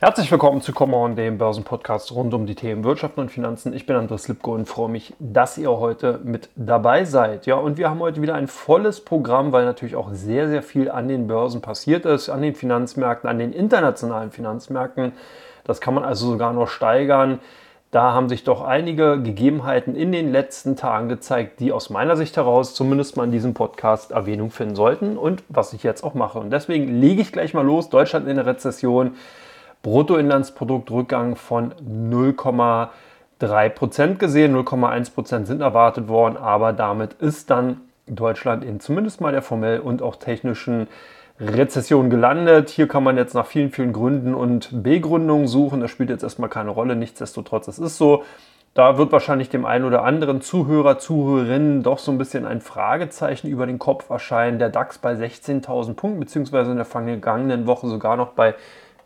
Herzlich willkommen zu Come On, dem Börsenpodcast rund um die Themen Wirtschaft und Finanzen. Ich bin Andreas Lipko und freue mich, dass ihr heute mit dabei seid. Ja, und wir haben heute wieder ein volles Programm, weil natürlich auch sehr, sehr viel an den Börsen passiert ist, an den Finanzmärkten, an den internationalen Finanzmärkten. Das kann man also sogar noch steigern. Da haben sich doch einige Gegebenheiten in den letzten Tagen gezeigt, die aus meiner Sicht heraus zumindest mal in diesem Podcast Erwähnung finden sollten und was ich jetzt auch mache. Und deswegen lege ich gleich mal los. Deutschland in der Rezession. Bruttoinlandsproduktrückgang von 0,3% gesehen, 0,1% sind erwartet worden, aber damit ist dann Deutschland in zumindest mal der formell und auch technischen Rezession gelandet. Hier kann man jetzt nach vielen, vielen Gründen und Begründungen suchen. Das spielt jetzt erstmal keine Rolle, nichtsdestotrotz, es ist so. Da wird wahrscheinlich dem einen oder anderen Zuhörer, Zuhörerinnen doch so ein bisschen ein Fragezeichen über den Kopf erscheinen. Der DAX bei 16.000 Punkten, beziehungsweise in der vergangenen Woche sogar noch bei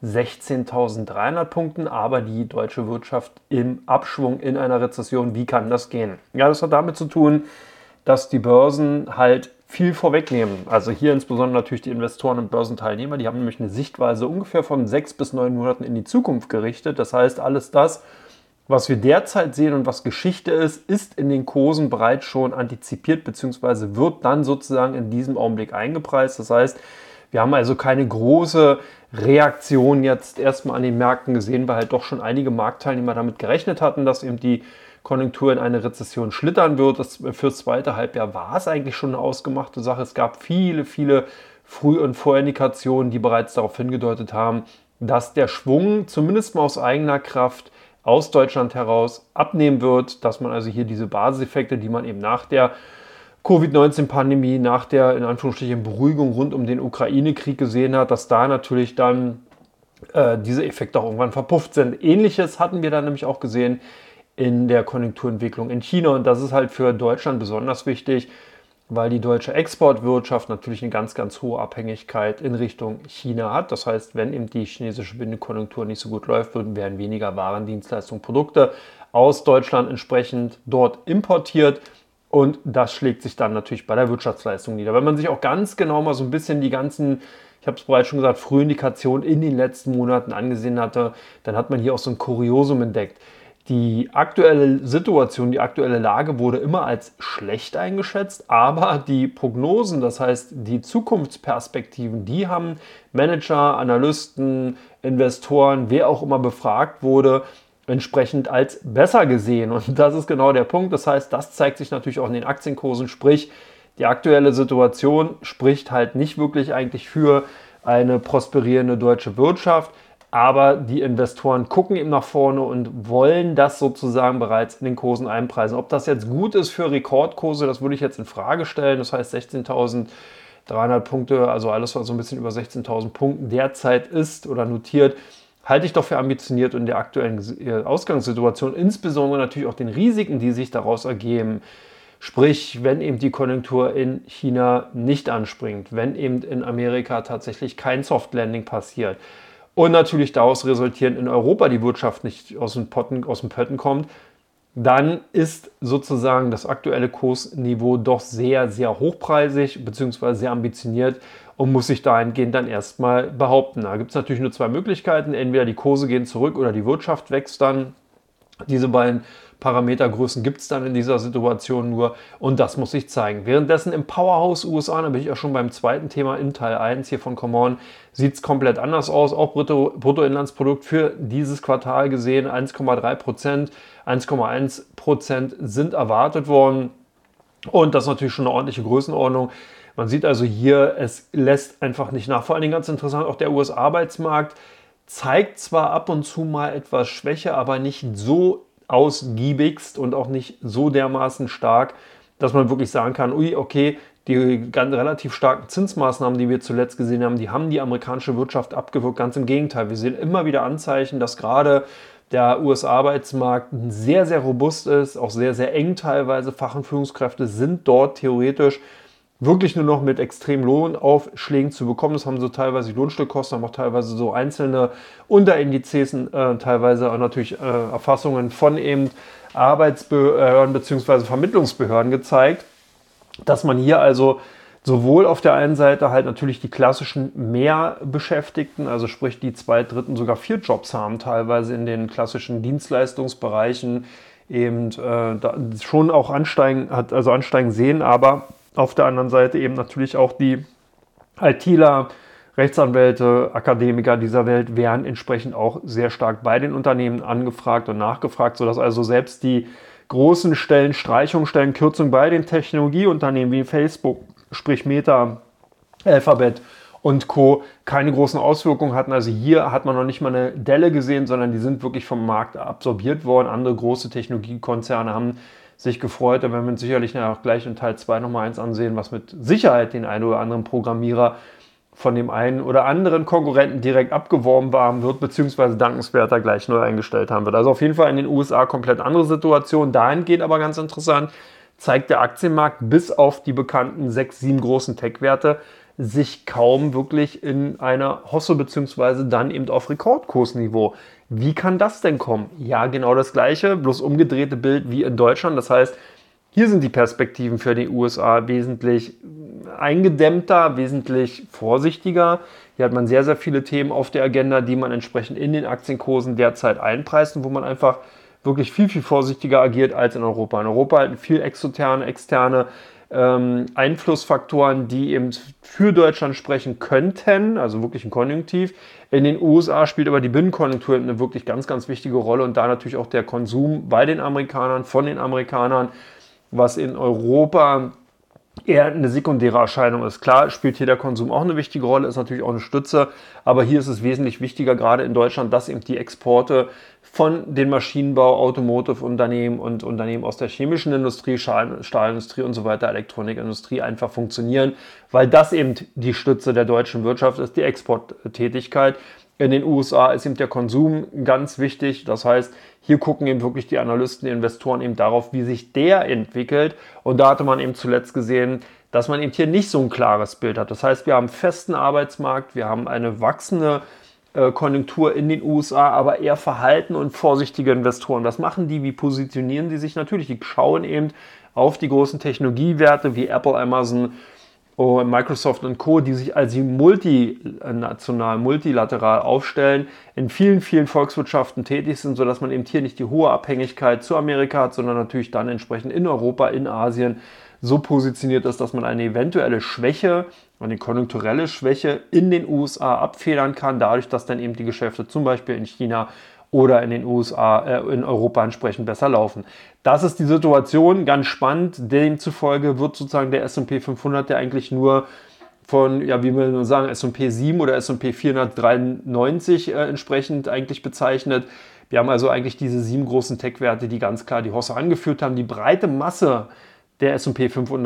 16.300 Punkten, aber die deutsche Wirtschaft im Abschwung in einer Rezession. Wie kann das gehen? Ja, das hat damit zu tun, dass die Börsen halt viel vorwegnehmen. Also hier insbesondere natürlich die Investoren und Börsenteilnehmer, die haben nämlich eine Sichtweise ungefähr von 6 bis 9 Monaten in die Zukunft gerichtet. Das heißt, alles das, was wir derzeit sehen und was Geschichte ist, ist in den Kursen bereits schon antizipiert, beziehungsweise wird dann sozusagen in diesem Augenblick eingepreist. Das heißt, wir haben also keine große Reaktion jetzt erstmal an den Märkten gesehen, weil halt doch schon einige Marktteilnehmer damit gerechnet hatten, dass eben die Konjunktur in eine Rezession schlittern wird. Fürs zweite Halbjahr war es eigentlich schon eine ausgemachte Sache. Es gab viele, viele Früh- und Vorindikationen, die bereits darauf hingedeutet haben, dass der Schwung zumindest mal aus eigener Kraft aus Deutschland heraus abnehmen wird, dass man also hier diese Basiseffekte, die man eben nach der Covid-19-Pandemie, nach der in Anführungsstrichen Beruhigung rund um den Ukraine-Krieg gesehen hat, dass da natürlich dann diese Effekte auch irgendwann verpufft sind. Ähnliches hatten wir dann nämlich auch gesehen in der Konjunkturentwicklung in China und das ist halt für Deutschland besonders wichtig, weil die deutsche Exportwirtschaft natürlich eine ganz, ganz hohe Abhängigkeit in Richtung China hat. Das heißt, wenn eben die chinesische Binnenkonjunktur nicht so gut läuft, werden weniger Waren, Dienstleistungen, Produkte aus Deutschland entsprechend dort importiert. Und das schlägt sich dann natürlich bei der Wirtschaftsleistung nieder. Wenn man sich auch ganz genau mal so ein bisschen die ganzen, ich habe es bereits schon gesagt, Frühindikationen in den letzten Monaten angesehen hatte, dann hat man hier auch so ein Kuriosum entdeckt. Die aktuelle Situation, die aktuelle Lage wurde immer als schlecht eingeschätzt, aber die Prognosen, das heißt die Zukunftsperspektiven, die haben Manager, Analysten, Investoren, wer auch immer befragt wurde, entsprechend als besser gesehen. Und das ist genau der Punkt. Das heißt, das zeigt sich natürlich auch in den Aktienkursen. Sprich, die aktuelle Situation spricht halt nicht wirklich eigentlich für eine prosperierende deutsche Wirtschaft. Aber die Investoren gucken eben nach vorne und wollen das sozusagen bereits in den Kursen einpreisen. Ob das jetzt gut ist für Rekordkurse, das würde ich jetzt in Frage stellen. Das heißt 16.300 Punkte, also alles, was so ein bisschen über 16.000 Punkten derzeit ist oder notiert, halte ich doch für ambitioniert in der aktuellen Ausgangssituation, insbesondere natürlich auch den Risiken, die sich daraus ergeben. Sprich, wenn eben die Konjunktur in China nicht anspringt, wenn eben in Amerika tatsächlich kein Soft Landing passiert und natürlich daraus resultierend in Europa die Wirtschaft nicht aus den Pötten kommt, dann ist sozusagen das aktuelle Kursniveau doch sehr, sehr hochpreisig bzw. sehr ambitioniert und muss sich dahingehend dann erstmal behaupten. Da gibt es natürlich nur zwei Möglichkeiten. Entweder die Kurse gehen zurück oder die Wirtschaft wächst dann. Diese beiden Parametergrößen gibt es dann in dieser Situation nur und das muss sich zeigen. Währenddessen im Powerhouse USA, da bin ich ja schon beim zweiten Thema in Teil 1 hier von Come On, sieht es komplett anders aus. Auch Bruttoinlandsprodukt für dieses Quartal gesehen 1,3%, 1,1% sind erwartet worden und das ist natürlich schon eine ordentliche Größenordnung. Man sieht also hier, es lässt einfach nicht nach. Vor allen Dingen ganz interessant, auch der US-Arbeitsmarkt zeigt zwar ab und zu mal etwas Schwäche, aber nicht so ausgiebigst und auch nicht so dermaßen stark, dass man wirklich sagen kann, ui, okay, die ganz relativ starken Zinsmaßnahmen, die wir zuletzt gesehen haben, die haben die amerikanische Wirtschaft abgewürgt. Ganz im Gegenteil, wir sehen immer wieder Anzeichen, dass gerade der US-Arbeitsmarkt sehr, sehr robust ist, auch sehr, sehr eng teilweise. Fach- und Führungskräfte sind dort theoretisch wirklich nur noch mit extremen Lohnaufschlägen zu bekommen. Das haben so teilweise die Lohnstückkosten, haben auch teilweise so einzelne Unterindizes, teilweise auch natürlich Erfassungen von eben Arbeitsbehörden bzw. Vermittlungsbehörden gezeigt, dass man hier also sowohl auf der einen Seite halt natürlich die klassischen Mehrbeschäftigten, also sprich die 2, 3, sogar 4 Jobs haben, teilweise in den klassischen Dienstleistungsbereichen eben da schon auch ansteigen sehen, aber auf der anderen Seite eben natürlich auch die ITler, Rechtsanwälte, Akademiker dieser Welt werden entsprechend auch sehr stark bei den Unternehmen angefragt und nachgefragt, sodass also selbst die großen Stellen, Streichungsstellen, Kürzungen bei den Technologieunternehmen wie Facebook, sprich Meta, Alphabet und Co. keine großen Auswirkungen hatten. Also hier hat man noch nicht mal eine Delle gesehen, sondern die sind wirklich vom Markt absorbiert worden. Andere große Technologiekonzerne haben sich gefreut. Da werden wir uns sicherlich auch gleich in Teil 2 nochmal eins ansehen, was mit Sicherheit den einen oder anderen Programmierer von dem einen oder anderen Konkurrenten direkt abgeworben haben wird, beziehungsweise dankenswerter gleich neu eingestellt haben wird. Also auf jeden Fall in den USA komplett andere Situation. Dahingehend aber ganz interessant, zeigt der Aktienmarkt bis auf die bekannten 6, 7 großen Tech-Werte sich kaum wirklich in einer Hosse beziehungsweise dann eben auf Rekordkursniveau. Wie kann das denn kommen? Ja, genau das gleiche, bloß umgedrehte Bild wie in Deutschland. Das heißt, hier sind die Perspektiven für die USA wesentlich eingedämmter, wesentlich vorsichtiger. Hier hat man sehr, sehr viele Themen auf der Agenda, die man entsprechend in den Aktienkursen derzeit einpreist und wo man einfach wirklich viel, viel vorsichtiger agiert als in Europa. In Europa halten viel externe Einflussfaktoren, die eben für Deutschland sprechen könnten, also wirklich ein Konjunktiv. In den USA spielt aber die Binnenkonjunktur eine wirklich ganz, ganz wichtige Rolle und da natürlich auch der Konsum bei den Amerikanern, von den Amerikanern, was in Europa eher eine sekundäre Erscheinung ist. Klar spielt hier der Konsum auch eine wichtige Rolle, ist natürlich auch eine Stütze, aber hier ist es wesentlich wichtiger, gerade in Deutschland, dass eben die Exporte von den Maschinenbau, Automotive-Unternehmen und Unternehmen aus der chemischen Industrie, Stahlindustrie und so weiter, Elektronikindustrie einfach funktionieren, weil das eben die Stütze der deutschen Wirtschaft ist, die Exporttätigkeit. In den USA ist eben der Konsum ganz wichtig. Das heißt, hier gucken eben wirklich die Analysten, die Investoren eben darauf, wie sich der entwickelt. Und da hatte man eben zuletzt gesehen, dass man eben hier nicht so ein klares Bild hat. Das heißt, wir haben einen festen Arbeitsmarkt, wir haben eine wachsende Konjunktur in den USA, aber eher verhalten und vorsichtige Investoren. Was machen die? Wie positionieren die sich? Natürlich, die schauen eben auf die großen Technologiewerte wie Apple, Amazon, Microsoft und Co., die sich als multinational, multilateral aufstellen, in vielen, vielen Volkswirtschaften tätig sind, sodass man eben hier nicht die hohe Abhängigkeit zu Amerika hat, sondern natürlich dann entsprechend in Europa, in Asien so positioniert ist, dass man eine eventuelle Schwäche, eine konjunkturelle Schwäche in den USA abfedern kann, dadurch, dass dann eben die Geschäfte zum Beispiel in China oder in den USA, in Europa entsprechend besser laufen. Das ist die Situation, ganz spannend. Demzufolge wird sozusagen der S&P 500, der eigentlich nur von, ja, wie will man sagen, S&P 7 oder S&P 493 entsprechend eigentlich bezeichnet. Wir haben also eigentlich diese 7 großen Tech-Werte, die ganz klar die Hosse angeführt haben. Die breite Masse der S&P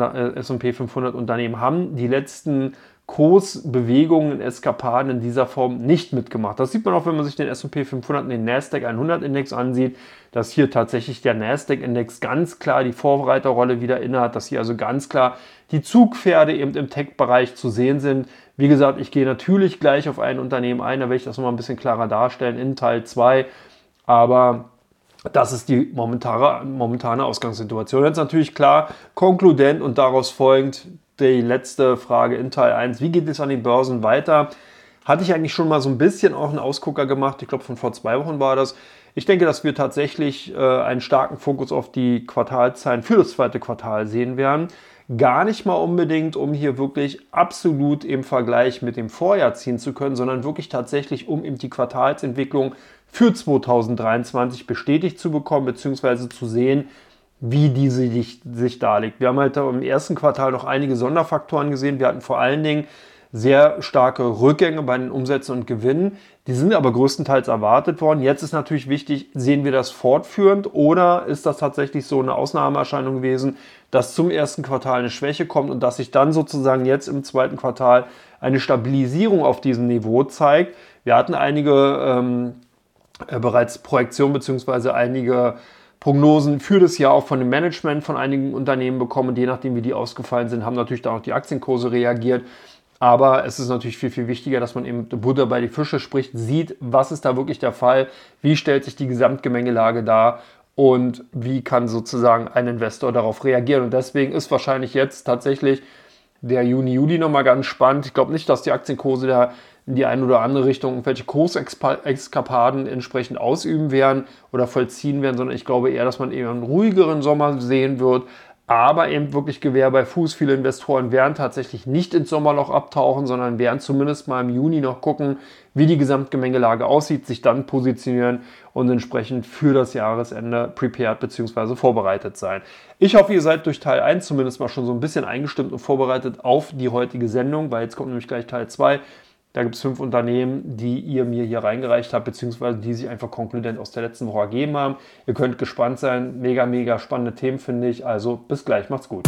500 Unternehmen haben die letzten Kursbewegungen, Eskapaden in dieser Form nicht mitgemacht. Das sieht man auch, wenn man sich den S&P 500 und den Nasdaq 100 Index ansieht, dass hier tatsächlich der Nasdaq Index ganz klar die Vorreiterrolle wieder innehat, dass hier also ganz klar die Zugpferde eben im Tech-Bereich zu sehen sind. Wie gesagt, ich gehe natürlich gleich auf ein Unternehmen ein, da werde ich das nochmal ein bisschen klarer darstellen in Teil 2, aber das ist die momentane Ausgangssituation. Jetzt natürlich klar, konkludent und daraus folgend die letzte Frage in Teil 1. Wie geht es an den Börsen weiter? Hatte ich eigentlich schon mal so ein bisschen auch einen Ausgucker gemacht. Ich glaube, von vor 2 Wochen war das. Ich denke, dass wir tatsächlich einen starken Fokus auf die Quartalszahlen für das zweite Quartal sehen werden. Gar nicht mal unbedingt, um hier wirklich absolut im Vergleich mit dem Vorjahr ziehen zu können, sondern wirklich tatsächlich, um eben die Quartalsentwicklung für 2023 bestätigt zu bekommen, beziehungsweise zu sehen, wie diese sich darlegt. Wir haben halt im ersten Quartal noch einige Sonderfaktoren gesehen. Wir hatten vor allen Dingen sehr starke Rückgänge bei den Umsätzen und Gewinnen. Die sind aber größtenteils erwartet worden. Jetzt ist natürlich wichtig, sehen wir das fortführend oder ist das tatsächlich so eine Ausnahmeerscheinung gewesen, dass zum ersten Quartal eine Schwäche kommt und dass sich dann sozusagen jetzt im zweiten Quartal eine Stabilisierung auf diesem Niveau zeigt. Wir hatten einige bereits Projektionen bzw. einige Prognosen für das Jahr auch von dem Management von einigen Unternehmen bekommen. Und je nachdem, wie die ausgefallen sind, haben natürlich da auch die Aktienkurse reagiert. Aber es ist natürlich viel, viel wichtiger, dass man eben Butter bei die Fische spricht, sieht, was ist da wirklich der Fall, wie stellt sich die Gesamtgemengelage dar und wie kann sozusagen ein Investor darauf reagieren. Und deswegen ist wahrscheinlich jetzt tatsächlich der Juni, Juli nochmal ganz spannend. Ich glaube nicht, dass die Aktienkurse da in die eine oder andere Richtung irgendwelche Kurseskapaden entsprechend ausüben werden oder vollziehen werden, sondern ich glaube eher, dass man eher einen ruhigeren Sommer sehen wird. Aber eben wirklich Gewehr bei Fuß. Viele Investoren werden tatsächlich nicht ins Sommerloch abtauchen, sondern werden zumindest mal im Juni noch gucken, wie die Gesamtgemengelage aussieht, sich dann positionieren und entsprechend für das Jahresende prepared bzw. vorbereitet sein. Ich hoffe, ihr seid durch Teil 1 zumindest mal schon so ein bisschen eingestimmt und vorbereitet auf die heutige Sendung, weil jetzt kommt nämlich gleich Teil 2. Da gibt es 5 Unternehmen, die ihr mir hier reingereicht habt, beziehungsweise die sich einfach konkludent aus der letzten Woche ergeben haben. Ihr könnt gespannt sein. Mega, mega spannende Themen, finde ich. Also bis gleich. Macht's gut.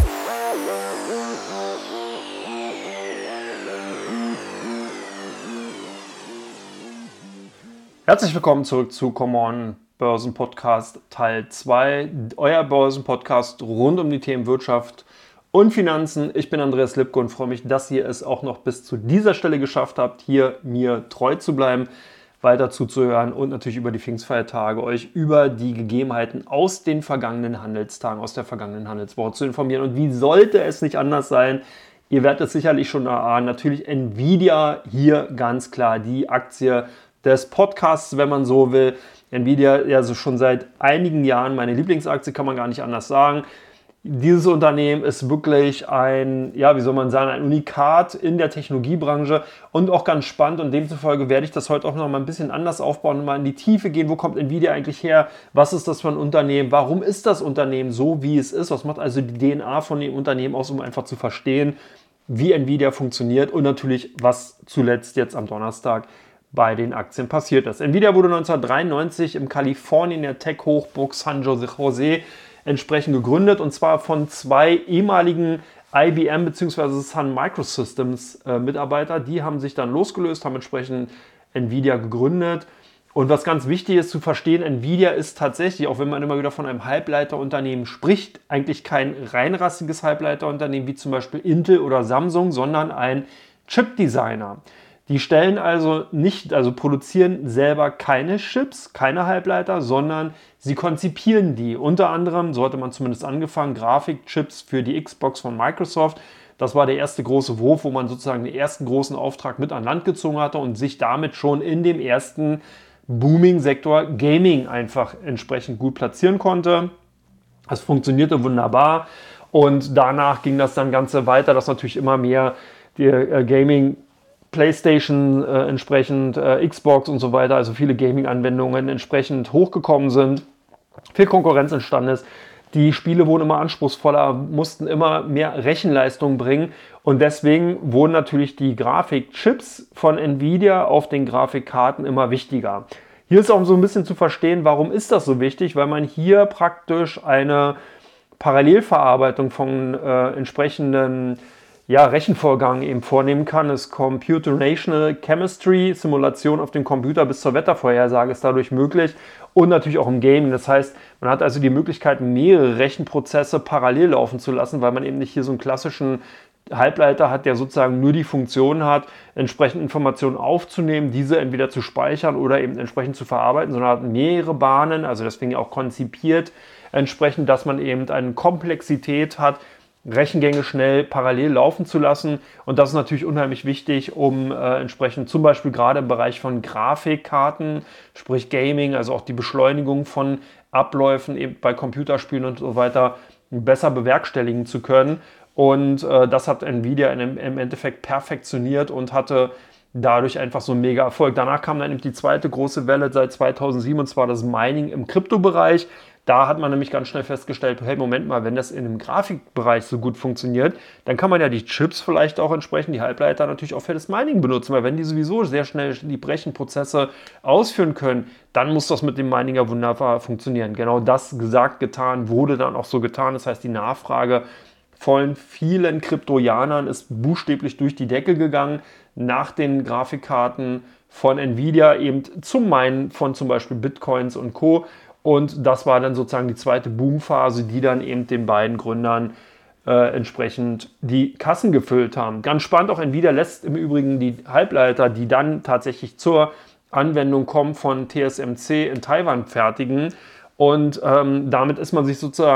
Herzlich willkommen zurück zu Come On Börsen Podcast Teil 2. Euer Börsenpodcast rund um die Themen Wirtschaft und Finanzen. Ich bin Andreas Lipko und freue mich, dass ihr es auch noch bis zu dieser Stelle geschafft habt, hier mir treu zu bleiben, weiter zuzuhören und natürlich über die Pfingstfeiertage euch über die Gegebenheiten aus den vergangenen Handelstagen, aus der vergangenen Handelswoche zu informieren. Und wie sollte es nicht anders sein? Ihr werdet es sicherlich schon erahnen. Natürlich Nvidia hier ganz klar die Aktie des Podcasts, wenn man so will. Nvidia ja so schon seit einigen Jahren meine Lieblingsaktie, kann man gar nicht anders sagen. Dieses Unternehmen ist wirklich ein, ja, wie soll man sagen, ein Unikat in der Technologiebranche und auch ganz spannend, und demzufolge werde ich das heute auch noch mal ein bisschen anders aufbauen und mal in die Tiefe gehen. Wo kommt Nvidia eigentlich her? Was ist das für ein Unternehmen? Warum ist das Unternehmen so, wie es ist? Was macht also die DNA von dem Unternehmen aus, um einfach zu verstehen, wie Nvidia funktioniert, und natürlich, was zuletzt jetzt am Donnerstag bei den Aktien passiert ist. Nvidia wurde 1993 im Kalifornien der Tech-Hochburg San Jose entsprechend gegründet, und zwar von 2 ehemaligen IBM bzw. Sun Microsystems Mitarbeiter. Die haben sich dann losgelöst, haben entsprechend Nvidia gegründet. Und was ganz wichtig ist zu verstehen, Nvidia ist tatsächlich, auch wenn man immer wieder von einem Halbleiterunternehmen spricht, eigentlich kein reinrassiges Halbleiterunternehmen wie zum Beispiel Intel oder Samsung, sondern ein Chip-Designer. Die stellen also nicht, also produzieren selber keine Chips, keine Halbleiter, sondern sie konzipieren die. Unter anderem, so hatte man zumindest angefangen, Grafikchips für die Xbox von Microsoft. Das war der erste große Wurf, wo man sozusagen den ersten großen Auftrag mit an Land gezogen hatte und sich damit schon in dem ersten Booming-Sektor Gaming einfach entsprechend gut platzieren konnte. Das funktionierte wunderbar, und danach ging das dann Ganze weiter, dass natürlich immer mehr die Gaming PlayStation entsprechend, Xbox und so weiter, also viele Gaming-Anwendungen entsprechend hochgekommen sind, viel Konkurrenz entstanden ist. Die Spiele wurden immer anspruchsvoller, mussten immer mehr Rechenleistung bringen, und deswegen wurden natürlich die Grafikchips von Nvidia auf den Grafikkarten immer wichtiger. Hier ist auch so ein bisschen zu verstehen, warum ist das so wichtig, weil man hier praktisch eine Parallelverarbeitung von entsprechenden Rechenvorgang eben vornehmen kann. Das Computational Chemistry, Simulation auf dem Computer bis zur Wettervorhersage ist dadurch möglich, und natürlich auch im Gaming. Das heißt, man hat also die Möglichkeit, mehrere Rechenprozesse parallel laufen zu lassen, weil man eben nicht hier so einen klassischen Halbleiter hat, der sozusagen nur die Funktion hat, entsprechend Informationen aufzunehmen, diese entweder zu speichern oder eben entsprechend zu verarbeiten, sondern hat mehrere Bahnen, also deswegen auch konzipiert entsprechend, dass man eben eine Komplexität hat, Rechengänge schnell parallel laufen zu lassen. Und das ist natürlich unheimlich wichtig, um entsprechend zum Beispiel gerade im Bereich von Grafikkarten, sprich Gaming, also auch die Beschleunigung von Abläufen eben bei Computerspielen und so weiter besser bewerkstelligen zu können. Und das hat Nvidia im Endeffekt perfektioniert und hatte dadurch einfach so einen mega Erfolg. Danach kam dann eben die zweite große Welle seit 2007, und zwar das Mining im Kryptobereich. Da hat man nämlich ganz schnell festgestellt, hey, Moment mal, wenn das in dem Grafikbereich so gut funktioniert, dann kann man ja die Chips vielleicht auch entsprechend, die Halbleiter natürlich auch für das Mining benutzen, weil wenn die sowieso sehr schnell die Brechenprozesse ausführen können, dann muss das mit dem Mining ja wunderbar funktionieren. Genau das gesagt, getan, wurde dann auch so getan. Das heißt, die Nachfrage von vielen Kryptojanern ist buchstäblich durch die Decke gegangen nach den Grafikkarten von Nvidia eben zum Minen von zum Beispiel Bitcoins und Co. Und das war dann sozusagen die zweite Boomphase, die dann eben den beiden Gründern entsprechend die Kassen gefüllt haben. Ganz spannend, auch Nvidia lässt im Übrigen die Halbleiter, die dann tatsächlich zur Anwendung kommen, von TSMC in Taiwan fertigen. Und damit ist man sich sozusagen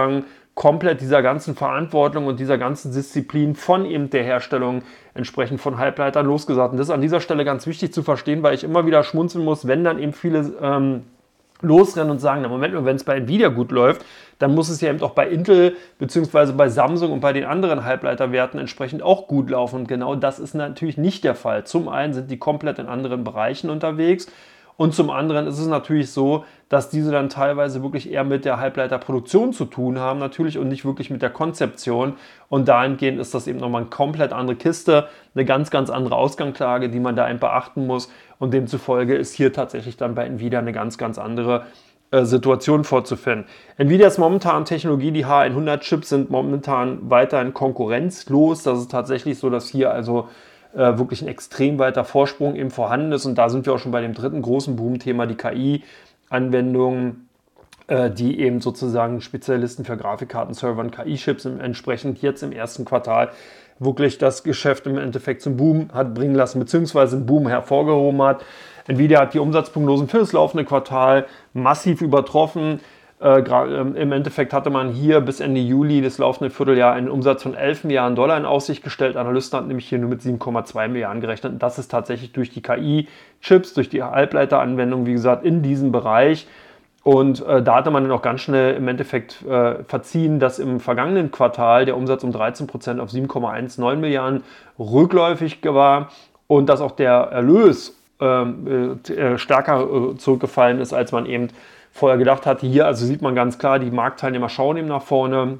komplett dieser ganzen Verantwortung und dieser ganzen Disziplin von eben der Herstellung entsprechend von Halbleitern losgesagt. Und das ist an dieser Stelle ganz wichtig zu verstehen, weil ich immer wieder schmunzeln muss, wenn dann eben viele losrennen und sagen, na Moment mal, wenn es bei Nvidia gut läuft, dann muss es ja eben auch bei Intel bzw. bei Samsung und bei den anderen Halbleiterwerten entsprechend auch gut laufen. Und genau das ist natürlich nicht der Fall. Zum einen sind die komplett in anderen Bereichen unterwegs und zum anderen ist es natürlich so, dass diese dann teilweise wirklich eher mit der Halbleiterproduktion zu tun haben natürlich und nicht wirklich mit der Konzeption. Und dahingehend ist das eben nochmal eine komplett andere Kiste, eine ganz, ganz andere Ausgangslage, die man da eben beachten muss. Und demzufolge ist hier tatsächlich dann bei Nvidia eine ganz, ganz andere Situation vorzufinden. Nvidia ist momentan Technologie, die H100-Chips sind momentan weiterhin konkurrenzlos. Das ist tatsächlich so, dass hier also wirklich ein extrem weiter Vorsprung eben vorhanden ist. Und da sind wir auch schon bei dem dritten großen Boom-Thema, die KI-Anwendungen, die eben sozusagen Spezialisten für Grafikkartenserver und KI-Chips entsprechend jetzt im ersten Quartal wirklich das Geschäft im Endeffekt zum Boom hat bringen lassen, beziehungsweise einen Boom hervorgehoben hat. Nvidia hat die Umsatzprognosen für das laufende Quartal massiv übertroffen. Im Endeffekt hatte man hier bis Ende Juli das laufende Vierteljahr einen Umsatz von 11 Milliarden Dollar in Aussicht gestellt. Analysten hatten nämlich hier nur mit 7,2 Milliarden gerechnet. Und das ist tatsächlich durch die KI-Chips, durch die Halbleiteranwendung, wie gesagt, in diesem Bereich. Und da hatte man dann auch ganz schnell im Endeffekt verziehen, dass im vergangenen Quartal der Umsatz um 13% auf 7,19 Milliarden rückläufig war und dass auch der Erlös stärker zurückgefallen ist, als man eben vorher gedacht hatte. Hier also sieht man ganz klar, die Marktteilnehmer schauen eben nach vorne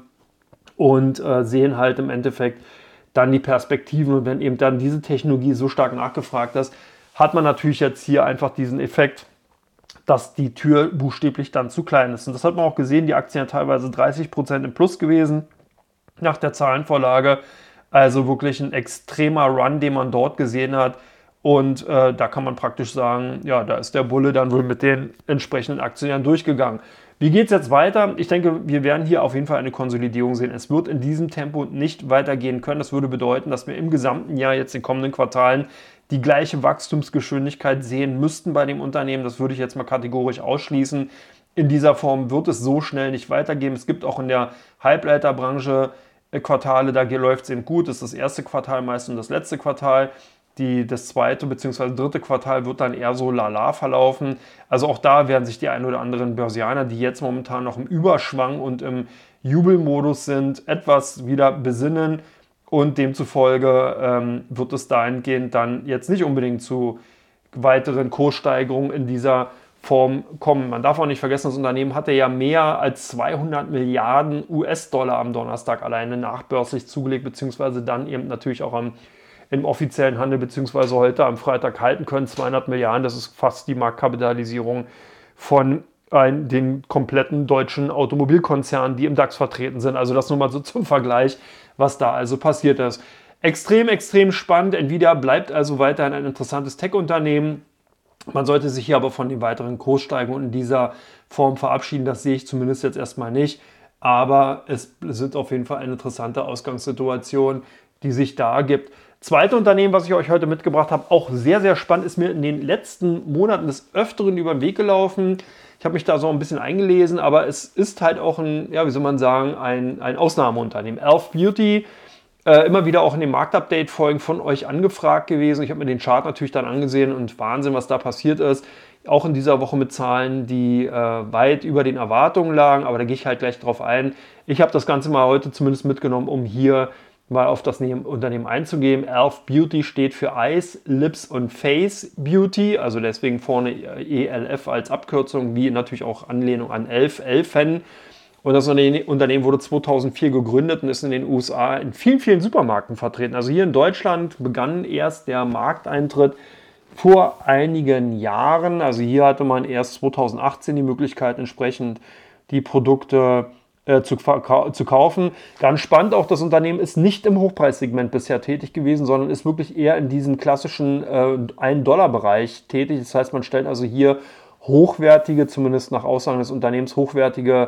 und sehen halt im Endeffekt dann die Perspektiven. Und wenn eben dann diese Technologie so stark nachgefragt ist, hat man natürlich jetzt hier einfach diesen Effekt, dass die Tür buchstäblich dann zu klein ist. Und das hat man auch gesehen, die Aktien ja teilweise 30% im Plus gewesen nach der Zahlenvorlage. Also wirklich ein extremer Run, den man dort gesehen hat. Und da kann man praktisch sagen, ja, da ist der Bulle dann wohl mit den entsprechenden Aktionären durchgegangen. Wie geht es jetzt weiter? Ich denke, wir werden hier auf jeden Fall eine Konsolidierung sehen. Es wird in diesem Tempo nicht weitergehen können. Das würde bedeuten, dass wir im gesamten Jahr jetzt in den kommenden Quartalen die gleiche Wachstumsgeschwindigkeit sehen müssten bei dem Unternehmen. Das würde ich jetzt mal kategorisch ausschließen. In dieser Form wird es so schnell nicht weitergehen. Es gibt auch in der Halbleiterbranche Quartale, da läuft es eben gut. Das ist das erste Quartal meist und das letzte Quartal. Das zweite bzw. dritte Quartal wird dann eher so lala verlaufen. Also auch da werden sich die ein oder anderen Börsianer, die jetzt momentan noch im Überschwang und im Jubelmodus sind, etwas wieder besinnen. Und demzufolge wird es dahingehend dann jetzt nicht unbedingt zu weiteren Kurssteigerungen in dieser Form kommen. Man darf auch nicht vergessen, das Unternehmen hatte ja mehr als 200 Milliarden US-Dollar am Donnerstag alleine nachbörslich zugelegt, beziehungsweise dann eben natürlich auch im offiziellen Handel, beziehungsweise heute am Freitag halten können. 200 Milliarden, das ist fast die Marktkapitalisierung von den kompletten deutschen Automobilkonzernen, die im DAX vertreten sind. Also das nur mal so zum Vergleich, was da also passiert ist. Extrem, extrem spannend. Nvidia bleibt also weiterhin ein interessantes Tech-Unternehmen. Man sollte sich hier aber von den weiteren Kurssteigerungen in dieser Form verabschieden. Das sehe ich zumindest jetzt erstmal nicht. Aber es sind auf jeden Fall eine interessante Ausgangssituation, die sich da ergibt. Zweite Unternehmen, was ich euch heute mitgebracht habe, auch sehr, sehr spannend, ist mir in den letzten Monaten des Öfteren über den Weg gelaufen. Ich habe mich da so ein bisschen eingelesen, aber es ist halt auch ein, ja, wie soll man sagen, ein Ausnahmeunternehmen. Elf Beauty, immer wieder auch in den Marktupdate-Folgen von euch angefragt gewesen. Ich habe mir den Chart natürlich dann angesehen und Wahnsinn, was da passiert ist. Auch in dieser Woche mit Zahlen, die weit über den Erwartungen lagen, aber da gehe ich halt gleich drauf ein. Ich habe das Ganze mal heute zumindest mitgenommen, um hier mal auf das Unternehmen einzugehen. Elf Beauty steht für Eyes, Lips und Face Beauty, also deswegen vorne ELF als Abkürzung, wie natürlich auch Anlehnung an Elfen. Und das Unternehmen wurde 2004 gegründet und ist in den USA in vielen, vielen Supermärkten vertreten. Also hier in Deutschland begann erst der Markteintritt vor einigen Jahren. Also hier hatte man erst 2018 die Möglichkeit, entsprechend die Produkte zu kaufen. Ganz spannend auch, das Unternehmen ist nicht im Hochpreissegment bisher tätig gewesen, sondern ist wirklich eher in diesem klassischen $1-Bereich tätig. Das heißt, man stellt also hier hochwertige, zumindest nach Aussagen des Unternehmens, hochwertige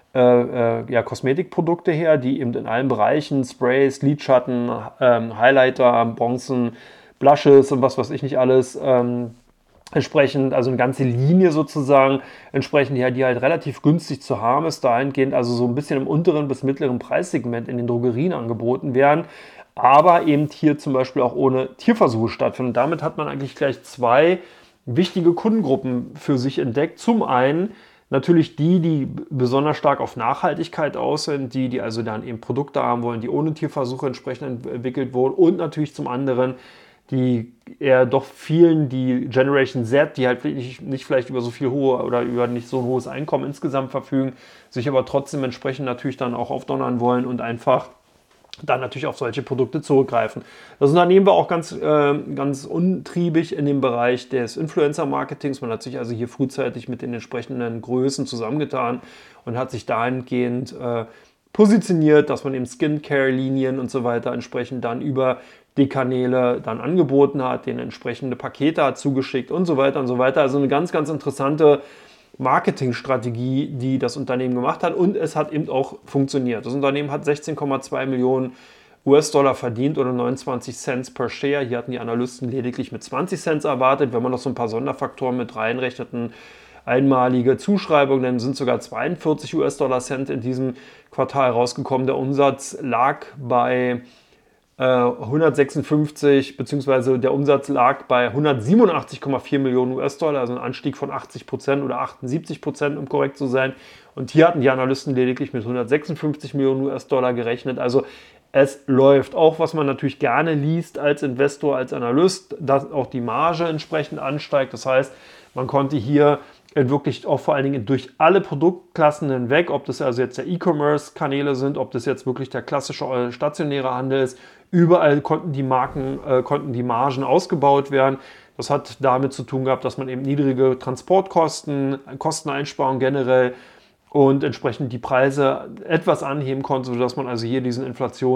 Kosmetikprodukte her, die eben in allen Bereichen, Sprays, Lidschatten, Highlighter, Bronzen, Blushes und was weiß ich nicht alles, entsprechend, also eine ganze Linie sozusagen, entsprechend die halt relativ günstig zu haben ist, dahingehend also so ein bisschen im unteren bis mittleren Preissegment in den Drogerien angeboten werden, aber eben hier zum Beispiel auch ohne Tierversuche stattfinden. Und damit hat man eigentlich gleich zwei wichtige Kundengruppen für sich entdeckt. Zum einen natürlich die besonders stark auf Nachhaltigkeit aus sind, die also dann eben Produkte haben wollen, die ohne Tierversuche entsprechend entwickelt wurden, und natürlich zum anderen die eher doch vielen, die Generation Z, die halt nicht vielleicht über so viel hohe oder über nicht so ein hohes Einkommen insgesamt verfügen, sich aber trotzdem entsprechend natürlich dann auch aufdonnern wollen und einfach dann natürlich auf solche Produkte zurückgreifen. Das Unternehmen war auch ganz untriebig in dem Bereich des Influencer-Marketings. Man hat sich also hier frühzeitig mit den entsprechenden Größen zusammengetan und hat sich dahingehend positioniert, dass man eben Skincare-Linien und so weiter entsprechend dann über die Kanäle dann angeboten hat, denen entsprechende Pakete hat zugeschickt und so weiter und so weiter. Also eine ganz, ganz interessante Marketingstrategie, die das Unternehmen gemacht hat, und es hat eben auch funktioniert. Das Unternehmen hat 16,2 Millionen US-Dollar verdient oder 29 Cent per Share. Hier hatten die Analysten lediglich mit 20 Cent erwartet. Wenn man noch so ein paar Sonderfaktoren mit reinrechneten, einmalige Zuschreibungen, dann sind sogar 42 US-Dollar Cent in diesem Quartal rausgekommen. Der Umsatz lag bei 156, beziehungsweise der Umsatz lag bei 187,4 Millionen US-Dollar, also ein Anstieg von 80% oder 78%, um korrekt zu sein. Und hier hatten die Analysten lediglich mit 156 Millionen US-Dollar gerechnet. Also es läuft. Auch was man natürlich gerne liest als Investor, als Analyst, dass auch die Marge entsprechend ansteigt. Das heißt, man konnte hier wirklich auch vor allen Dingen durch alle Produktklassen hinweg, ob das also jetzt der E-Commerce-Kanäle sind, ob das jetzt wirklich der klassische stationäre Handel ist, überall konnten die Margen ausgebaut werden. Das hat damit zu tun gehabt, dass man eben niedrige Transportkosten, Kosteneinsparungen generell und entsprechend die Preise etwas anheben konnte, sodass man also hier diesen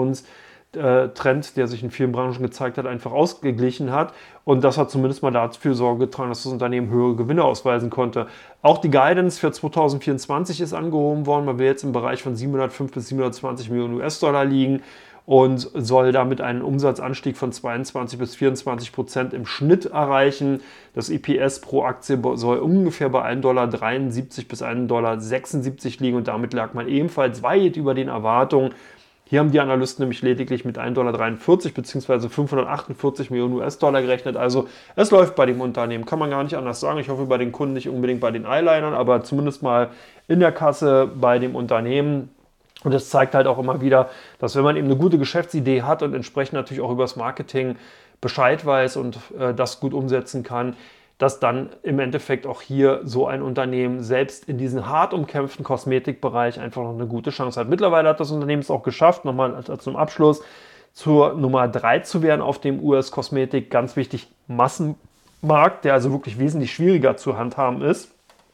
Trend, der sich in vielen Branchen gezeigt hat, einfach ausgeglichen hat. Und das hat zumindest mal dafür Sorge getragen, dass das Unternehmen höhere Gewinne ausweisen konnte. Auch die Guidance für 2024 ist angehoben worden. Man will jetzt im Bereich von 705 bis 720 Millionen US-Dollar liegen und soll damit einen Umsatzanstieg von 22 bis 24% im Schnitt erreichen. Das EPS pro Aktie soll ungefähr bei 1,73 Dollar bis 1,76 Dollar liegen, und damit lag man ebenfalls weit über den Erwartungen. Hier haben die Analysten nämlich lediglich mit 1,43 Dollar bzw. 548 Millionen US-Dollar gerechnet. Also es läuft bei dem Unternehmen, kann man gar nicht anders sagen. Ich hoffe bei den Kunden nicht unbedingt bei den Eyelinern, aber zumindest mal in der Kasse bei dem Unternehmen. Und das zeigt halt auch immer wieder, dass wenn man eben eine gute Geschäftsidee hat und entsprechend natürlich auch über das Marketing Bescheid weiß und das gut umsetzen kann, dass dann im Endeffekt auch hier so ein Unternehmen selbst in diesem hart umkämpften Kosmetikbereich einfach noch eine gute Chance hat. Mittlerweile hat das Unternehmen es auch geschafft, nochmal zum Abschluss zur Nummer 3 zu werden auf dem US-Kosmetik. Ganz wichtig, Massenmarkt, der also wirklich wesentlich schwieriger zu handhaben ist,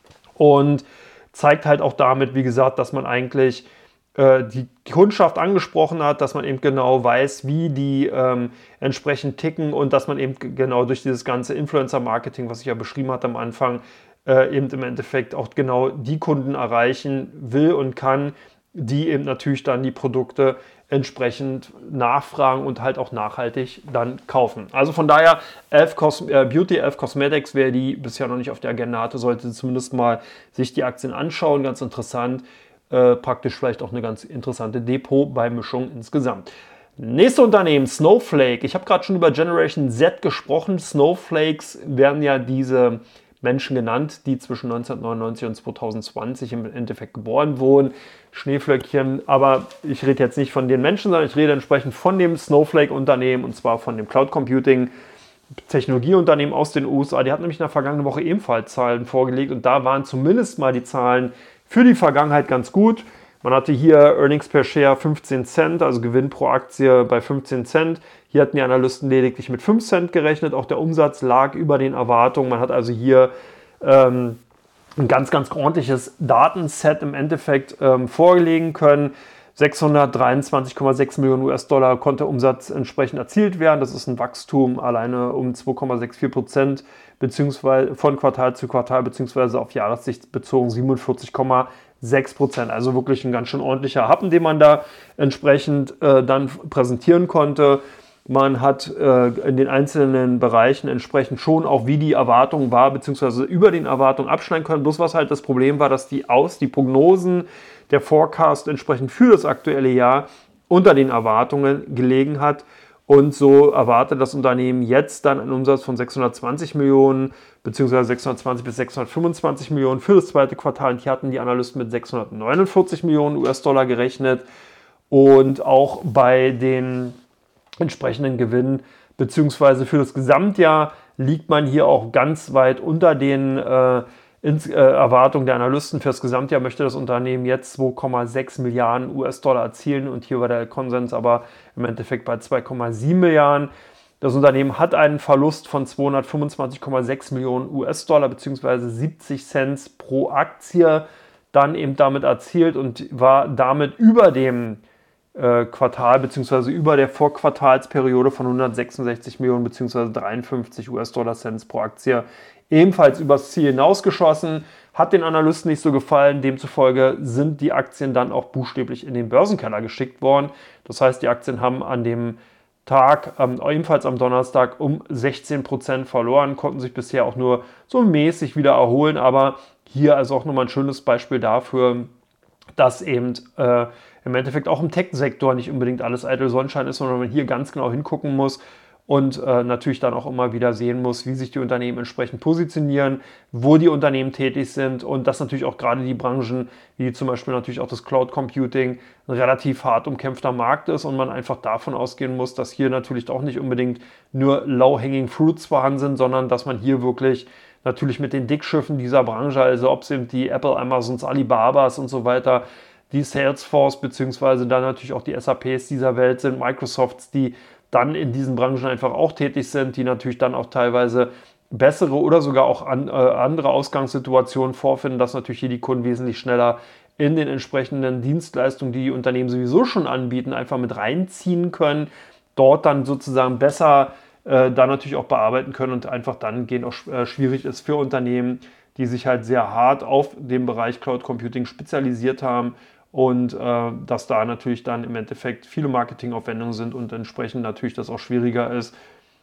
und zeigt halt auch damit, wie gesagt, dass man eigentlich die Kundschaft angesprochen hat, dass man eben genau weiß, wie die entsprechend ticken, und dass man eben genau durch dieses ganze Influencer-Marketing, was ich ja beschrieben hatte am Anfang, eben im Endeffekt auch genau die Kunden erreichen will und kann, die eben natürlich dann die Produkte entsprechend nachfragen und halt auch nachhaltig dann kaufen. Also von daher, Beauty Elf Cosmetics, wer die bisher noch nicht auf der Agenda hatte, sollte zumindest mal sich die Aktien anschauen. Ganz interessant. Praktisch vielleicht auch eine ganz interessante Depotbeimischung insgesamt. Nächste Unternehmen, Snowflake. Ich habe gerade schon über Generation Z gesprochen. Snowflakes werden ja diese Menschen genannt, die zwischen 1999 und 2020 im Endeffekt geboren wurden. Schneeflöckchen, aber ich rede jetzt nicht von den Menschen, sondern ich rede entsprechend von dem Snowflake-Unternehmen, und zwar von dem Cloud Computing Technologieunternehmen aus den USA. Die hat nämlich in der vergangenen Woche ebenfalls Zahlen vorgelegt, und da waren zumindest mal die Zahlen für die Vergangenheit ganz gut. Man hatte hier Earnings per Share 15 Cent, also Gewinn pro Aktie bei 15 Cent. Hier hatten die Analysten lediglich mit 5 Cent gerechnet. Auch der Umsatz lag über den Erwartungen. Man hat also hier ein ganz, ganz ordentliches Datenset im Endeffekt vorlegen können. 623,6 Millionen US-Dollar konnte Umsatz entsprechend erzielt werden. Das ist ein Wachstum alleine um 2,64%, beziehungsweise von Quartal zu Quartal, beziehungsweise auf Jahressicht bezogen 47,6%. Also wirklich ein ganz schön ordentlicher Happen, den man da entsprechend dann präsentieren konnte. Man hat in den einzelnen Bereichen entsprechend schon auch, wie die Erwartung war, beziehungsweise über den Erwartungen abschneiden können. Bloß was halt das Problem war, dass die Prognosen, der Forecast entsprechend für das aktuelle Jahr unter den Erwartungen gelegen hat. Und so erwartet das Unternehmen jetzt dann einen Umsatz von 620 Millionen bzw. 620 bis 625 Millionen für das zweite Quartal. Und hier hatten die Analysten mit 649 Millionen US-Dollar gerechnet. Und auch bei den entsprechenden Gewinnen bzw. für das Gesamtjahr liegt man hier auch ganz weit unter den Erwartungen der Analysten. Für das Gesamtjahr möchte das Unternehmen jetzt 2,6 Milliarden US-Dollar erzielen und hier war der Konsens aber im Endeffekt bei 2,7 Milliarden. Das Unternehmen hat einen Verlust von 225,6 Millionen US-Dollar bzw. 70 Cent pro Aktie dann eben damit erzielt und war damit über dem Quartal bzw. über der Vorquartalsperiode von 166 Millionen bzw. 53 US-Dollar-Cents pro Aktie ebenfalls übers Ziel hinausgeschossen. Hat den Analysten nicht so gefallen. Demzufolge sind die Aktien dann auch buchstäblich in den Börsenkeller geschickt worden. Das heißt, die Aktien haben an dem Tag, ebenfalls am Donnerstag, um 16% verloren, konnten sich bisher auch nur so mäßig wieder erholen. Aber hier also auch nochmal ein schönes Beispiel dafür, dass eben im Endeffekt auch im Tech-Sektor nicht unbedingt alles eitel Sonnenschein ist, sondern man hier ganz genau hingucken muss und natürlich dann auch immer wieder sehen muss, wie sich die Unternehmen entsprechend positionieren, wo die Unternehmen tätig sind und dass natürlich auch gerade die Branchen, wie zum Beispiel natürlich auch das Cloud Computing, ein relativ hart umkämpfter Markt ist und man einfach davon ausgehen muss, dass hier natürlich auch nicht unbedingt nur low-hanging fruits vorhanden sind, sondern dass man hier wirklich natürlich mit den Dickschiffen dieser Branche, also ob es eben die Apple, Amazons, Alibabas und so weiter, die Salesforce beziehungsweise dann natürlich auch die SAPs dieser Welt sind, Microsofts, die dann in diesen Branchen einfach auch tätig sind, die natürlich dann auch teilweise bessere oder sogar auch andere Ausgangssituationen vorfinden, dass natürlich hier die Kunden wesentlich schneller in den entsprechenden Dienstleistungen, die die Unternehmen sowieso schon anbieten, einfach mit reinziehen können, dort dann sozusagen besser dann natürlich auch bearbeiten können und einfach dann gehen auch schwierig ist für Unternehmen, die sich halt sehr hart auf den Bereich Cloud Computing spezialisiert haben und dass da natürlich dann im Endeffekt viele Marketingaufwendungen sind und entsprechend natürlich das auch schwieriger ist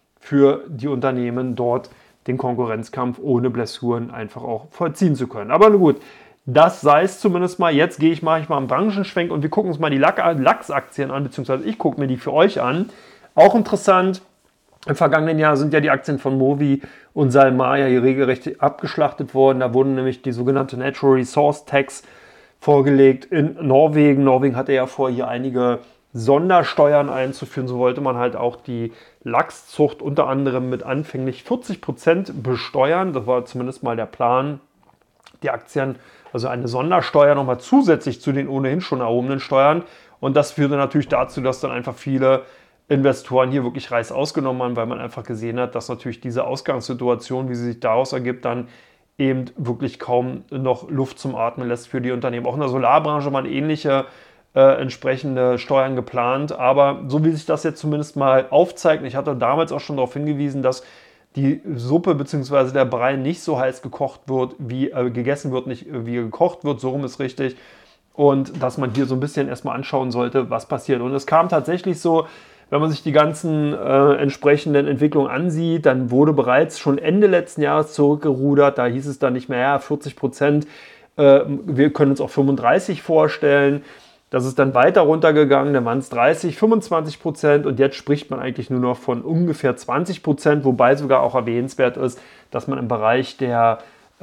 für die Unternehmen dort den Konkurrenzkampf ohne Blessuren einfach auch vollziehen zu können. Aber gut, das sei es zumindest mal. Jetzt mache ich mal einen Branchenschwenk und wir gucken uns mal die Lachs-Aktien an, beziehungsweise ich gucke mir die für euch an. Auch interessant. Im vergangenen Jahr sind ja die Aktien von Movi und Salmar ja hier regelrecht abgeschlachtet worden. Da wurden nämlich die sogenannte Natural Resource Tax vorgelegt in Norwegen. Norwegen hatte ja vor, hier einige Sondersteuern einzuführen. So wollte man halt auch die Lachszucht unter anderem mit anfänglich 40% besteuern. Das war zumindest mal der Plan. Die Aktien, also eine Sondersteuer nochmal zusätzlich zu den ohnehin schon erhobenen Steuern. Und das führte natürlich dazu, dass dann einfach viele Investoren hier wirklich Reis ausgenommen haben, weil man einfach gesehen hat, dass natürlich diese Ausgangssituation, wie sie sich daraus ergibt, dann eben wirklich kaum noch Luft zum Atmen lässt für die Unternehmen. Auch in der Solarbranche waren ähnliche entsprechende Steuern geplant, aber so wie sich das jetzt zumindest mal aufzeigt, ich hatte damals auch schon darauf hingewiesen, dass die Suppe bzw. der Brei nicht so heiß gekocht wird, wie gegessen wird, nicht wie gekocht wird, so rum ist richtig, und dass man hier so ein bisschen erstmal anschauen sollte, was passiert. Und es kam tatsächlich so, wenn man sich die ganzen entsprechenden Entwicklungen ansieht, dann wurde bereits schon Ende letzten Jahres zurückgerudert. Da hieß es dann nicht mehr, ja, 40%, wir können uns auch 35 vorstellen. Das ist dann weiter runtergegangen, dann waren es 30, 25% und jetzt spricht man eigentlich nur noch von ungefähr 20%, wobei sogar auch erwähnenswert ist, dass man im Bereich der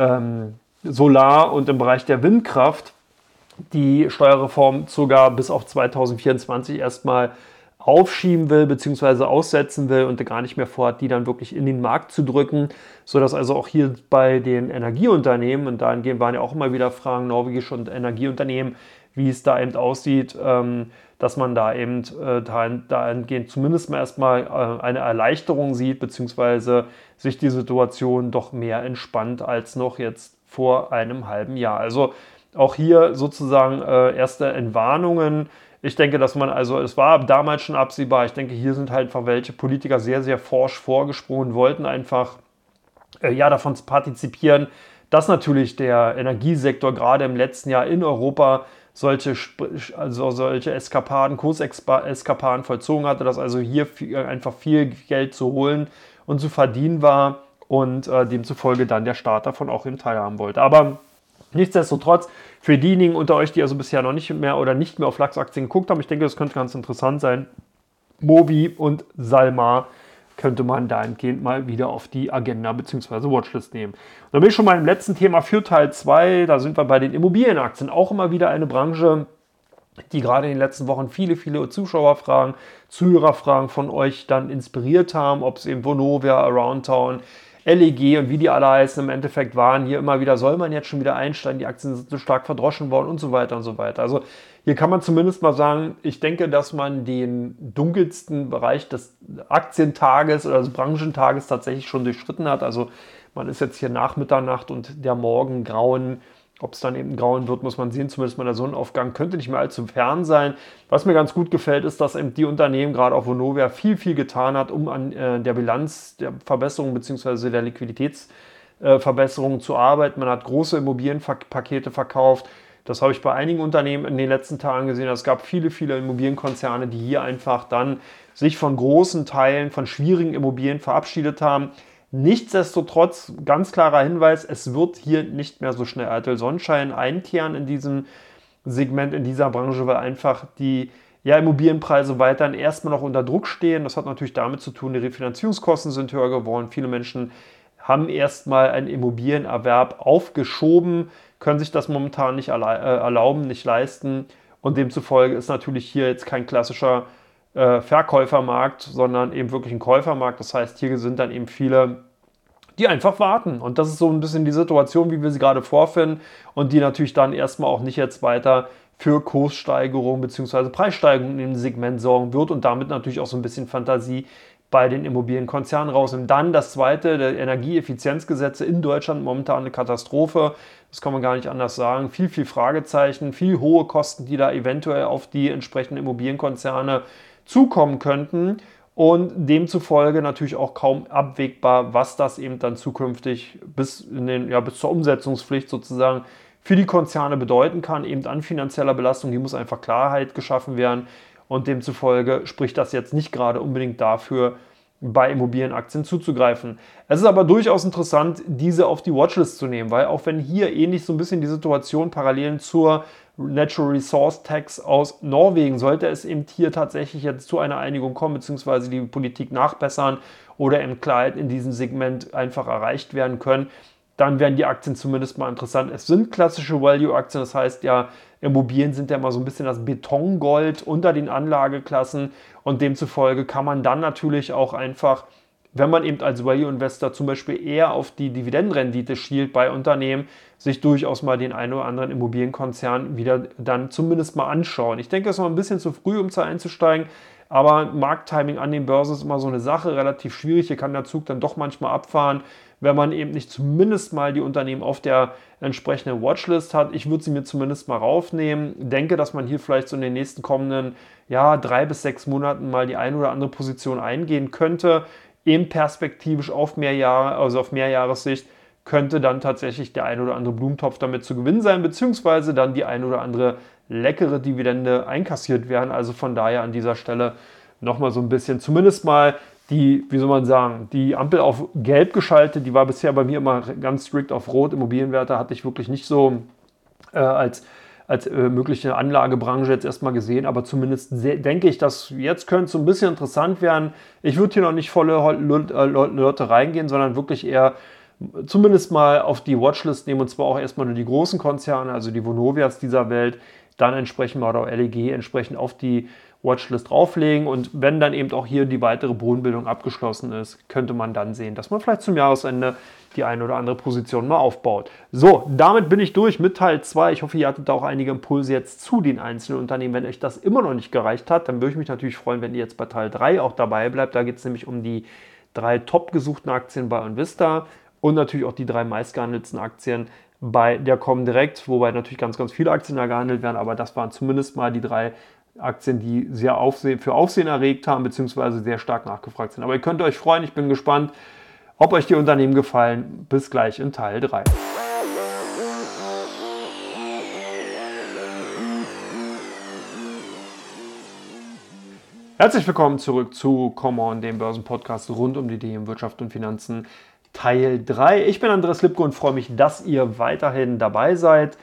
Solar- und im Bereich der Windkraft die Steuerreform sogar bis auf 2024 erstmal aufschieben will bzw. aussetzen will und gar nicht mehr vorhat, die dann wirklich in den Markt zu drücken, sodass also auch hier bei den Energieunternehmen, und dahingehend waren ja auch immer wieder Fragen, norwegische und Energieunternehmen, wie es da eben aussieht, dass man da eben dahingehend zumindest mal erstmal eine Erleichterung sieht, beziehungsweise sich die Situation doch mehr entspannt als noch jetzt vor einem halben Jahr. Also auch hier sozusagen erste Entwarnungen. Ich denke, dass man, also es war damals schon absehbar, ich denke, hier sind halt einfach welche Politiker sehr, sehr forsch vorgesprungen, wollten einfach davon partizipieren, dass natürlich der Energiesektor gerade im letzten Jahr in Europa solche Eskapaden, Kurseskapaden vollzogen hatte, dass also hier einfach viel Geld zu holen und zu verdienen war und demzufolge dann der Staat davon auch eben teilhaben wollte. Aber nichtsdestotrotz, für diejenigen unter euch, die also bisher noch nicht mehr auf Lachs-Aktien geguckt haben, ich denke, das könnte ganz interessant sein. Mobi und Salmar könnte man dahingehend mal wieder auf die Agenda bzw. Watchlist nehmen. Und dann bin ich schon mal im letzten Thema für Teil 2. Da sind wir bei den Immobilienaktien. Auch immer wieder eine Branche, die gerade in den letzten Wochen viele Zuschauerfragen, Zuhörerfragen von euch dann inspiriert haben. Ob es eben Vonovia, Aroundtown, LEG und wie die alle heißen, im Endeffekt waren hier immer wieder, soll man jetzt schon wieder einsteigen, die Aktien sind so stark verdroschen worden und so weiter und so weiter. Also hier kann man zumindest mal sagen, ich denke, dass man den dunkelsten Bereich des Aktientages oder des Branchentages tatsächlich schon durchschritten hat. Also man ist jetzt hier nach Mitternacht und der Morgen grauen. Ob es dann eben grauen wird, muss man sehen. Zumindest mal der Sonnenaufgang könnte nicht mehr allzu fern sein. Was mir ganz gut gefällt, ist, dass eben die Unternehmen, gerade auch Vonovia, viel getan hat, um an der Bilanz der Verbesserung bzw. der Liquiditätsverbesserung zu arbeiten. Man hat große Immobilienpakete verkauft. Das habe ich bei einigen Unternehmen in den letzten Tagen gesehen. Es gab viele Immobilienkonzerne, die hier einfach dann sich von großen Teilen von schwierigen Immobilien verabschiedet haben. Nichtsdestotrotz, ganz klarer Hinweis, es wird hier nicht mehr so schnell eitel Sonnenschein einkehren in diesem Segment, in dieser Branche, weil einfach die Immobilienpreise weiterhin erstmal noch unter Druck stehen. Das hat natürlich damit zu tun, die Refinanzierungskosten sind höher geworden. Viele Menschen haben erstmal einen Immobilienerwerb aufgeschoben, können sich das momentan nicht erlauben, nicht leisten. Und demzufolge ist natürlich hier jetzt kein klassischer Verkäufermarkt, sondern eben wirklich ein Käufermarkt. Das heißt, hier sind dann eben viele, die einfach warten. Und das ist so ein bisschen die Situation, wie wir sie gerade vorfinden und die natürlich dann erstmal auch nicht jetzt weiter für Kurssteigerung bzw. Preissteigerung im Segment sorgen wird und damit natürlich auch so ein bisschen Fantasie bei den Immobilienkonzernen rausnehmen. Dann das zweite, der Energieeffizienzgesetze in Deutschland, momentan eine Katastrophe. Das kann man gar nicht anders sagen. Viel Fragezeichen, viel hohe Kosten, die da eventuell auf die entsprechenden Immobilienkonzerne zukommen könnten und demzufolge natürlich auch kaum abwägbar, was das eben dann zukünftig bis zur Umsetzungspflicht sozusagen für die Konzerne bedeuten kann, eben an finanzieller Belastung. Hier muss einfach Klarheit geschaffen werden und demzufolge spricht das jetzt nicht gerade unbedingt dafür, bei Immobilienaktien zuzugreifen. Es ist aber durchaus interessant, diese auf die Watchlist zu nehmen, weil auch wenn hier ähnlich so ein bisschen die Situation Parallelen zur Natural Resource Tax aus Norwegen, sollte es eben hier tatsächlich jetzt zu einer Einigung kommen, beziehungsweise die Politik nachbessern oder im Kleid in diesem Segment einfach erreicht werden können, dann wären die Aktien zumindest mal interessant. Es sind klassische Value-Aktien, das heißt ja, Immobilien sind ja mal so ein bisschen das Betongold unter den Anlageklassen und demzufolge kann man dann natürlich auch einfach, wenn man eben als Value-Investor zum Beispiel eher auf die Dividendenrendite schielt bei Unternehmen, sich durchaus mal den einen oder anderen Immobilienkonzern wieder dann zumindest mal anschauen. Ich denke, es ist noch ein bisschen zu früh, um einzusteigen, aber Markttiming an den Börsen ist immer so eine Sache, relativ schwierig. Hier kann der Zug dann doch manchmal abfahren, wenn man eben nicht zumindest mal die Unternehmen auf der entsprechenden Watchlist hat. Ich würde sie mir zumindest mal raufnehmen. Denke, dass man hier vielleicht so in den nächsten kommenden 3 bis 6 Monaten mal die eine oder andere Position eingehen könnte. Eben perspektivisch auf mehr Jahre, also auf Mehrjahressicht, könnte dann tatsächlich der ein oder andere Blumentopf damit zu gewinnen sein, beziehungsweise dann die ein oder andere leckere Dividende einkassiert werden. Also von daher an dieser Stelle nochmal so ein bisschen, zumindest mal die Ampel auf gelb geschaltet, die war bisher bei mir immer ganz strikt auf rot. Immobilienwerte hatte ich wirklich nicht so als mögliche Anlagebranche jetzt erstmal gesehen, aber zumindest denke ich, dass jetzt könnte es so ein bisschen interessant werden. Ich würde hier noch nicht volle Leute reingehen, sondern wirklich eher zumindest mal auf die Watchlist nehmen und zwar auch erstmal nur die großen Konzerne, also die Vonovias dieser Welt, dann entsprechend mal oder LEG entsprechend auf die Watchlist drauflegen und wenn dann eben auch hier die weitere Bodenbildung abgeschlossen ist, könnte man dann sehen, dass man vielleicht zum Jahresende die eine oder andere Position mal aufbaut. So, damit bin ich durch mit Teil 2. Ich hoffe, ihr hattet da auch einige Impulse jetzt zu den einzelnen Unternehmen. Wenn euch das immer noch nicht gereicht hat, dann würde ich mich natürlich freuen, wenn ihr jetzt bei Teil 3 auch dabei bleibt. Da geht es nämlich um die 3 top gesuchten Aktien bei OnVista und natürlich auch die 3 meistgehandelten Aktien bei der Comdirect, wobei natürlich ganz viele Aktien da gehandelt werden, aber das waren zumindest mal die 3 Aktien, die sehr für Aufsehen erregt haben, beziehungsweise sehr stark nachgefragt sind. Aber ihr könnt euch freuen, ich bin gespannt, ob euch die Unternehmen gefallen. Bis gleich in Teil 3. Herzlich willkommen zurück zu Come On, dem Börsenpodcast rund um die Themen Wirtschaft und Finanzen Teil 3. Ich bin Andreas Lipko und freue mich, dass ihr weiterhin dabei seid.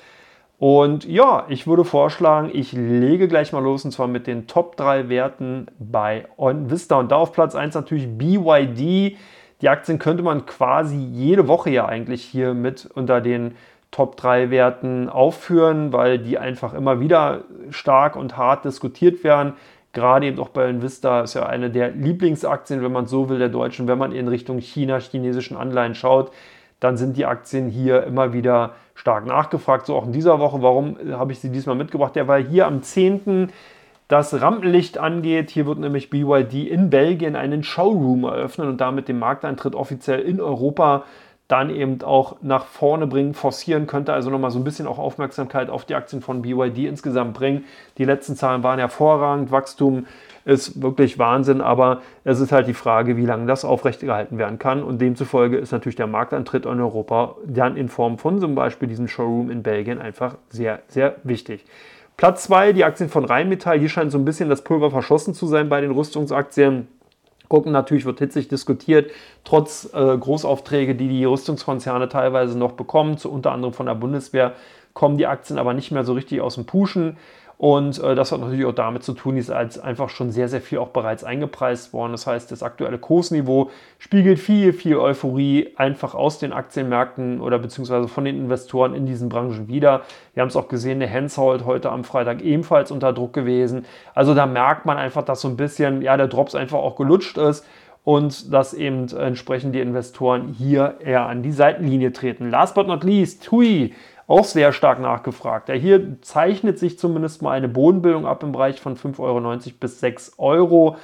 Und ja, ich würde vorschlagen, ich lege gleich mal los und zwar mit den Top 3 Werten bei OnVista. Und da auf Platz 1 natürlich BYD. Die Aktien könnte man quasi jede Woche ja eigentlich hier mit unter den Top 3 Werten aufführen, weil die einfach immer wieder stark und hart diskutiert werden. Gerade eben auch bei OnVista ist ja eine der Lieblingsaktien, wenn man so will, der Deutschen. Wenn man in Richtung China, chinesischen Anleihen schaut, dann sind die Aktien hier immer wieder stark nachgefragt. So auch in dieser Woche. Warum habe ich sie diesmal mitgebracht? Ja, weil hier am 10. das Rampenlicht angeht. Hier wird nämlich BYD in Belgien einen Showroom eröffnen und damit den Markteintritt offiziell in Europa dann eben auch nach vorne bringen, forcieren, könnte also nochmal so ein bisschen auch Aufmerksamkeit auf die Aktien von BYD insgesamt bringen. Die letzten Zahlen waren hervorragend, Wachstum ist wirklich Wahnsinn, aber es ist halt die Frage, wie lange das aufrechterhalten werden kann und demzufolge ist natürlich der Markteintritt in Europa dann in Form von zum Beispiel diesem Showroom in Belgien einfach sehr, sehr wichtig. Platz 2, die Aktien von Rheinmetall. Hier scheint so ein bisschen das Pulver verschossen zu sein bei den Rüstungsaktien. Gucken, natürlich wird hitzig diskutiert, trotz Großaufträge, die die Rüstungskonzerne teilweise noch bekommen, unter anderem von der Bundeswehr, kommen die Aktien aber nicht mehr so richtig aus dem Pushen. Und das hat natürlich auch damit zu tun, ist als einfach schon sehr, sehr viel auch bereits eingepreist worden. Das heißt, das aktuelle Kursniveau spiegelt viel, viel Euphorie einfach aus den Aktienmärkten oder beziehungsweise von den Investoren in diesen Branchen wieder. Wir haben es auch gesehen, der Hensoldt heute am Freitag ebenfalls unter Druck gewesen. Also da merkt man einfach, dass so ein bisschen, ja, der Drops einfach auch gelutscht ist und dass eben entsprechend die Investoren hier eher an die Seitenlinie treten. Last but not least, TUI. Auch sehr stark nachgefragt. Ja, hier zeichnet sich zumindest mal eine Bodenbildung ab im Bereich von 5,90 Euro bis 6 Euro.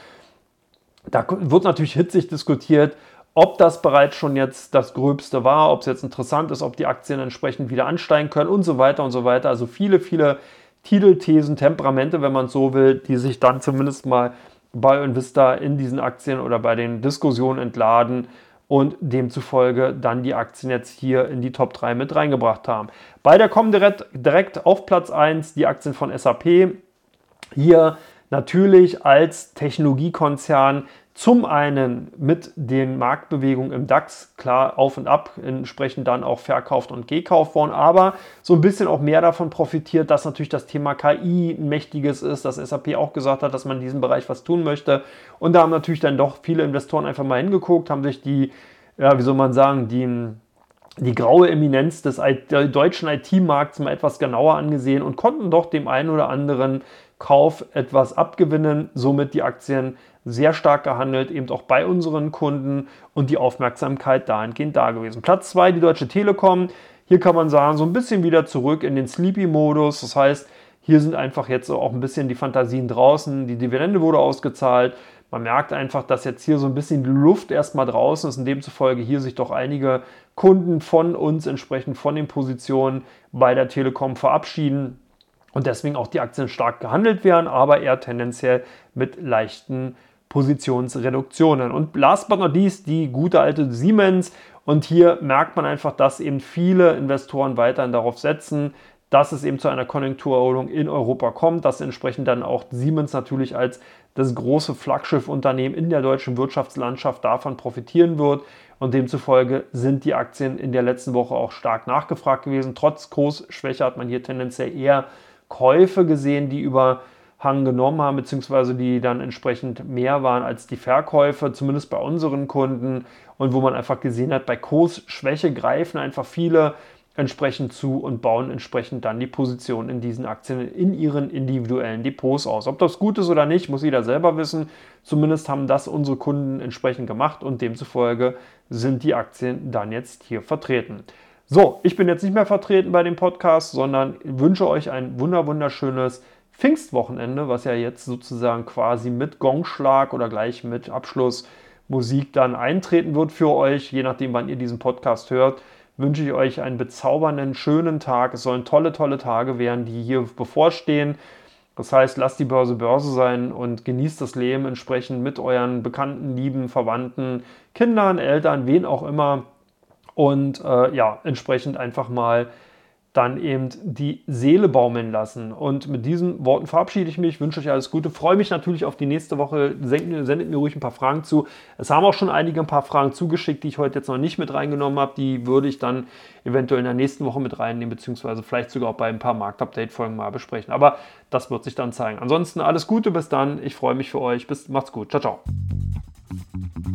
Da wird natürlich hitzig diskutiert, ob das bereits schon jetzt das Gröbste war, ob es jetzt interessant ist, ob die Aktien entsprechend wieder ansteigen können und so weiter und so weiter. Also viele, viele Titelthesen, Temperamente, wenn man so will, die sich dann zumindest mal bei OnVista in diesen Aktien oder bei den Diskussionen entladen und demzufolge dann die Aktien jetzt hier in die Top 3 mit reingebracht haben. Bei der kommen direkt auf Platz 1 die Aktien von SAP. Hier natürlich als Technologiekonzern zum einen mit den Marktbewegungen im DAX, klar auf und ab, entsprechend dann auch verkauft und gekauft worden, aber so ein bisschen auch mehr davon profitiert, dass natürlich das Thema KI ein mächtiges ist, dass SAP auch gesagt hat, dass man in diesem Bereich was tun möchte. Und da haben natürlich dann doch viele Investoren einfach mal hingeguckt, haben sich die, ja, wie soll man sagen, die graue Eminenz des deutschen IT-Markts mal etwas genauer angesehen und konnten doch dem einen oder anderen Kauf etwas abgewinnen, somit die Aktien sehr stark gehandelt, eben auch bei unseren Kunden und die Aufmerksamkeit dahingehend da gewesen. Platz 2, die Deutsche Telekom. Hier kann man sagen, so ein bisschen wieder zurück in den Sleepy-Modus. Das heißt, hier sind einfach jetzt auch ein bisschen die Fantasien draußen. Die Dividende wurde ausgezahlt. Man merkt einfach, dass jetzt hier so ein bisschen die Luft erstmal draußen ist und demzufolge hier sich doch einige Kunden von uns entsprechend von den Positionen bei der Telekom verabschieden und deswegen auch die Aktien stark gehandelt werden, aber eher tendenziell mit leichten Positionsreduktionen. Und last but not least die gute alte Siemens. Und hier merkt man einfach, dass eben viele Investoren weiterhin darauf setzen, dass es eben zu einer Konjunkturerholung in Europa kommt, dass entsprechend dann auch Siemens natürlich als das große Flaggschiff-Unternehmen in der deutschen Wirtschaftslandschaft davon profitieren wird. Und demzufolge sind die Aktien in der letzten Woche auch stark nachgefragt gewesen. Trotz Kursschwäche hat man hier tendenziell eher Käufe gesehen, die Überhang genommen haben, beziehungsweise die dann entsprechend mehr waren als die Verkäufe, zumindest bei unseren Kunden. Und wo man einfach gesehen hat, bei Kursschwäche greifen einfach viele entsprechend zu und bauen entsprechend dann die Position in diesen Aktien in ihren individuellen Depots aus. Ob das gut ist oder nicht, muss jeder selber wissen. Zumindest haben das unsere Kunden entsprechend gemacht und demzufolge sind die Aktien dann jetzt hier vertreten. So, ich bin jetzt nicht mehr vertreten bei dem Podcast, sondern wünsche euch ein wunderschönes Pfingstwochenende, was ja jetzt sozusagen quasi mit Gongschlag oder gleich mit Abschlussmusik dann eintreten wird für euch, je nachdem, wann ihr diesen Podcast hört. Wünsche ich euch einen bezaubernden, schönen Tag. Es sollen tolle Tage werden, die hier bevorstehen. Das heißt, lasst die Börse Börse sein und genießt das Leben entsprechend mit euren Bekannten, Lieben, Verwandten, Kindern, Eltern, wen auch immer. Und entsprechend einfach mal dann eben die Seele baumeln lassen. Und mit diesen Worten verabschiede ich mich, wünsche euch alles Gute, freue mich natürlich auf die nächste Woche, sendet mir ruhig ein paar Fragen zu. Es haben auch schon einige ein paar Fragen zugeschickt, die ich heute jetzt noch nicht mit reingenommen habe, die würde ich dann eventuell in der nächsten Woche mit reinnehmen, beziehungsweise vielleicht sogar auch bei ein paar Marktupdate-Folgen mal besprechen. Aber das wird sich dann zeigen. Ansonsten alles Gute, bis dann, ich freue mich für euch, macht's gut, ciao, ciao.